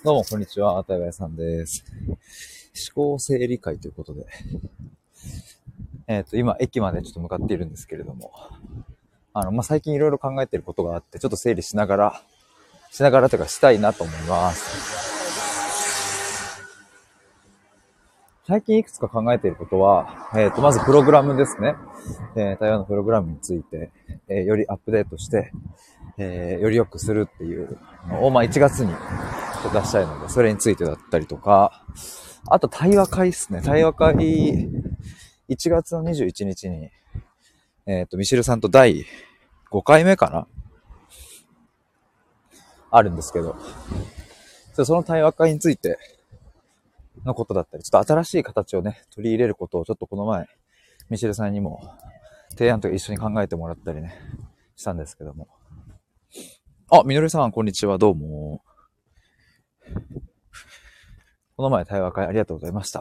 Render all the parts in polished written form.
どうも、こんにちは。対話屋さんです。思考整理会ということで、今、駅までちょっと向かっているんですけれども、最近いろいろ考えていることがあって、ちょっと整理しながらというかしたいなと思います。最近いくつか考えていることは、まずプログラムですね。対話のプログラムについて、よりアップデートして、より良くするっていうのを、1月に出したいので、それについてだったりとか、あと対話会ですね。対話会、1月の21日に、ミシェルさんと第5回目かなあるんですけど、その対話会についてのことだったり、ちょっと新しい形をね、取り入れることをちょっとこの前、ミシェルさんにも提案とか一緒に考えてもらったりね、したんですけども。あ、みのりさん、こんにちは、どうも。この前対話会ありがとうございました。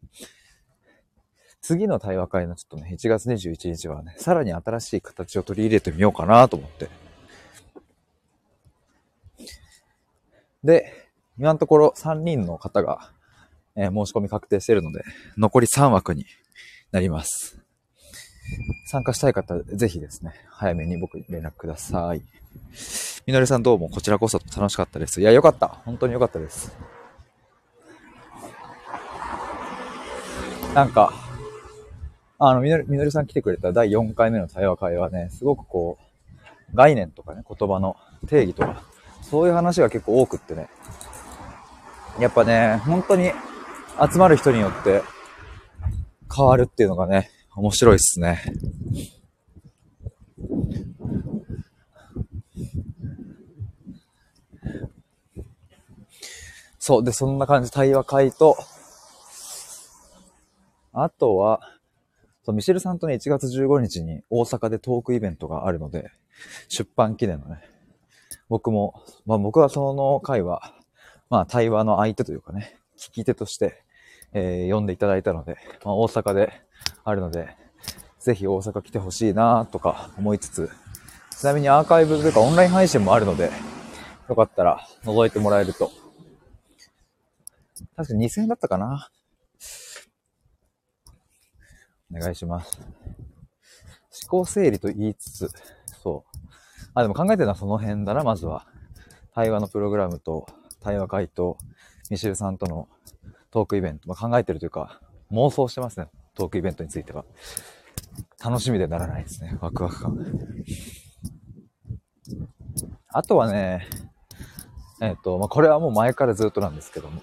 次の対話会のちょっとね、1月21日はね、さらに新しい形を取り入れてみようかなと思って。で、今のところ3人の方が、申し込み確定しているので、残り3枠になります。参加したい方、ぜひですね、早めに僕に連絡ください。みのりさんどうも、こちらこそ楽しかったです。いや、よかった。本当によかったです。なんか、みのりさん来てくれた第4回目の対話会はね、すごくこう、概念とかね、言葉の定義とか、そういう話が結構多くってね、やっぱね、本当に集まる人によって変わるっていうのがね、面白いっすね。そう。で、そんな感じ、対話会と、あとは、ミシェルさんとね、1月15日に大阪でトークイベントがあるので、出版記念のね、僕はその会は、対話の相手というかね、聞き手として、呼んでいただいたので、大阪であるので、ぜひ大阪来てほしいなとか思いつつ、ちなみにアーカイブというかオンライン配信もあるので、よかったら覗いてもらえると。確かに2000円だったかな。お願いします。思考整理と言いつつ、そう。でも考えてるのはその辺だな、まずは。対話のプログラムと、対話会と、ミシェルさんとのトークイベント、考えてるというか、妄想してますね。トークイベントについては。楽しみでならないですね。ワクワク感。あとはね、これはもう前からずっとなんですけども、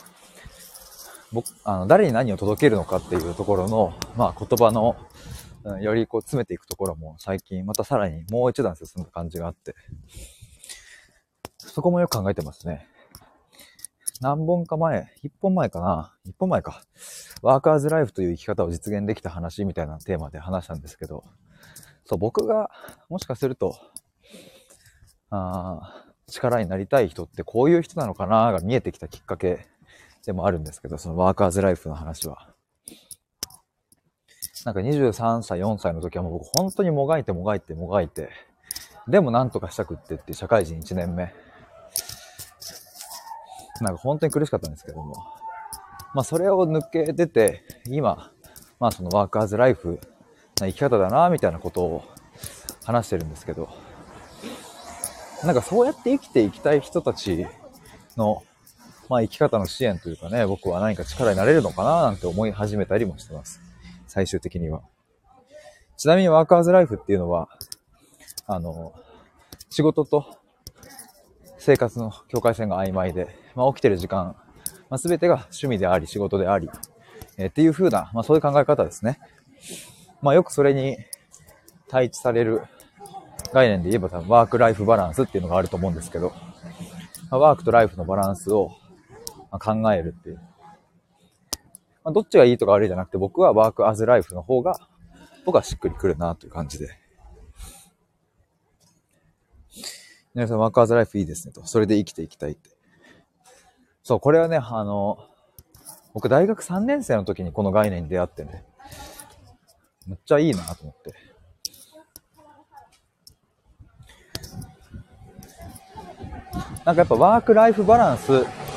誰に何を届けるのかっていうところの、言葉の、よりこう詰めていくところも最近またさらにもう一段進んだ感じがあって、そこもよく考えてますね。何本か前、一本前か。ワーカーズライフという生き方を実現できた話みたいなテーマで話したんですけど、そう、僕がもしかすると、力になりたい人ってこういう人なのかなが見えてきたきっかけでもあるんですけど、そのワーカーズライフの話は。なんか23歳、4歳の時はもう僕本当にもがいて、でもなんとかしたくってって社会人1年目。なんか本当に苦しかったんですけども。それを抜け出て、今、そのワーカーズライフな生き方だなみたいなことを話してるんですけど、なんかそうやって生きていきたい人たちの、生き方の支援というかね、僕は何か力になれるのかななんて思い始めたりもしてます。最終的には。ちなみにワーカーズライフっていうのは、仕事と生活の境界線が曖昧で、起きてる時間、全てが趣味であり仕事であり、っていう風な、そういう考え方ですね。よくそれに対一される概念で言えば多分ワークライフバランスっていうのがあると思うんですけど、ワークとライフのバランスを考えるっていう。どっちがいいとか悪いじゃなくて、僕はワークアズライフの方が僕はしっくりくるなという感じで。皆さんワークアズライフいいですねと。それで生きていきたいって。そう、これはね、僕大学3年生の時にこの概念に出会ってね、めっちゃいいなと思って。なんかやっぱワークライフバランス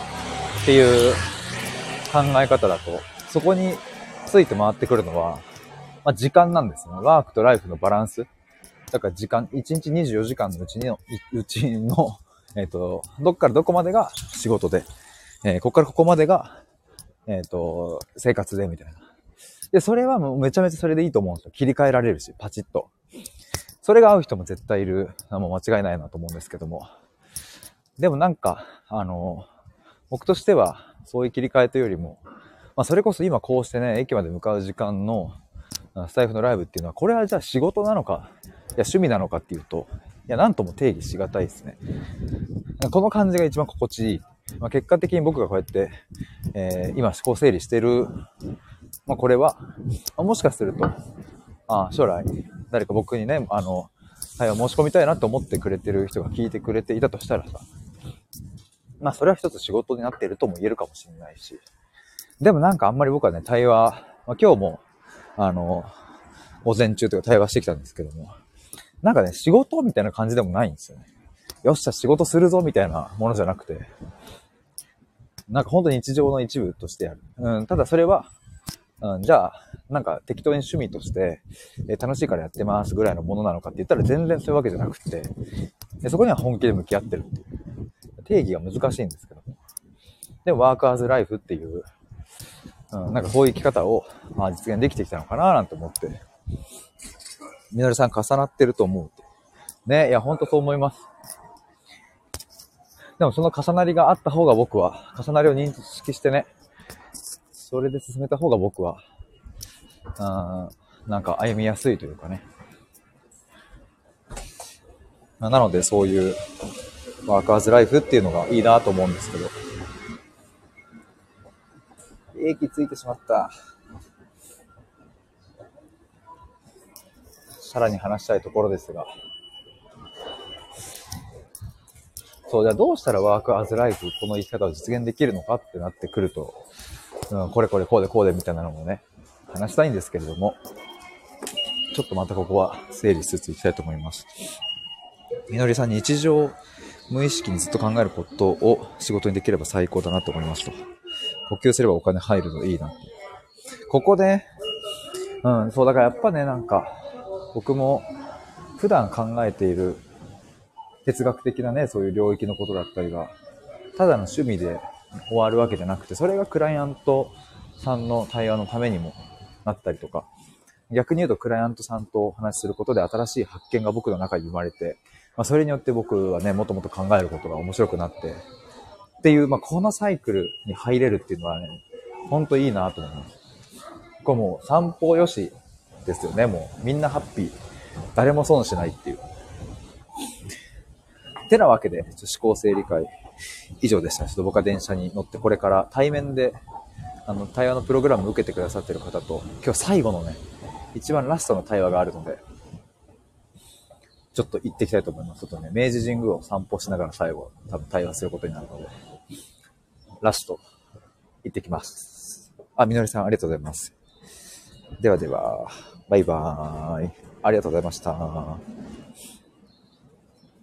っていう考え方だと、そこについて回ってくるのは、まあ、時間なんですよね。ワークとライフのバランス。だから時間、1日24時間のうちの、どっからどこまでが仕事で、ここからここまでが、生活で、みたいな。で、それはもうめちゃめちゃそれでいいと思うんですよ。切り替えられるし、パチッと。それが合う人も絶対いる。もう間違いないなと思うんですけども。でもなんか、僕としては、そういう切り替えというよりも、まあそれこそ今こうしてね、駅まで向かう時間の、スタイフのライブっていうのは、これはじゃあ仕事なのか、いや趣味なのかっていうと、いやなんとも定義しがたいですね。この感じが一番心地いい。まあ、結果的に僕がこうやって、今思考整理してる、まあこれは、もしかすると、将来誰か僕にね、対話申し込みたいなと思ってくれてる人が聞いてくれていたとしたらさ、まあそれは一つ仕事になっているとも言えるかもしれないし、でもなんかあんまり僕はね、対話、まあ、今日も、午前中というか対話してきたんですけども、なんかね、仕事みたいな感じでもないんですよね。よっしゃ、仕事するぞみたいなものじゃなくて、なんか本当に日常の一部としてやる。ただそれは、じゃあ、なんか適当に趣味として、楽しいからやってますぐらいのものなのかって言ったら全然そういうわけじゃなくて、そこには本気で向き合ってるっていう。定義が難しいんですけども。でもワークアズライフっていう、なんかそういう生き方を、実現できてきたのかななんて思って、みのりさん重なってると思う。ね、いやほんとそう思います。でもその重なりがあった方が僕は、重なりを認識してね、それで進めた方が僕は、なんか歩みやすいというかね。なのでそういうワークアズライフっていうのがいいなと思うんですけど。駅ついてしまった。さらに話したいところですが。そう、じゃあどうしたらワークアズライフ、この生き方を実現できるのかってなってくると、これこれこうでこうでみたいなのもね、話したいんですけれども、ちょっとまたここは整理しつついきたいと思います。みのりさん、日常無意識にずっと考えることを仕事にできれば最高だなと思いますと。呼吸すればお金入るのいいなって。ここで、そうだからやっぱね、なんか、僕も普段考えている哲学的なね、そういう領域のことだったりが、ただの趣味で終わるわけじゃなくて、それがクライアントさんの対話のためにもなったりとか、逆に言うとクライアントさんとお話しすることで新しい発見が僕の中に生まれて、それによって僕はね、もっともっと考えることが面白くなって、っていう、このサイクルに入れるっていうのはね、ほんといいなと思います。これもう散歩よしですよね、もうみんなハッピー。誰も損しないっていう。てなわけで、思考整理会以上でした。ちょっと僕は電車に乗ってこれから対面で対話のプログラムを受けてくださっている方と、今日最後のね、一番ラストの対話があるので、ちょっと行ってきたいと思います。ちょっとね、明治神宮を散歩しながら最後、多分対話することになるので、ラスト、行ってきます。みのりさんありがとうございます。ではでは、バイバーイ。ありがとうございました。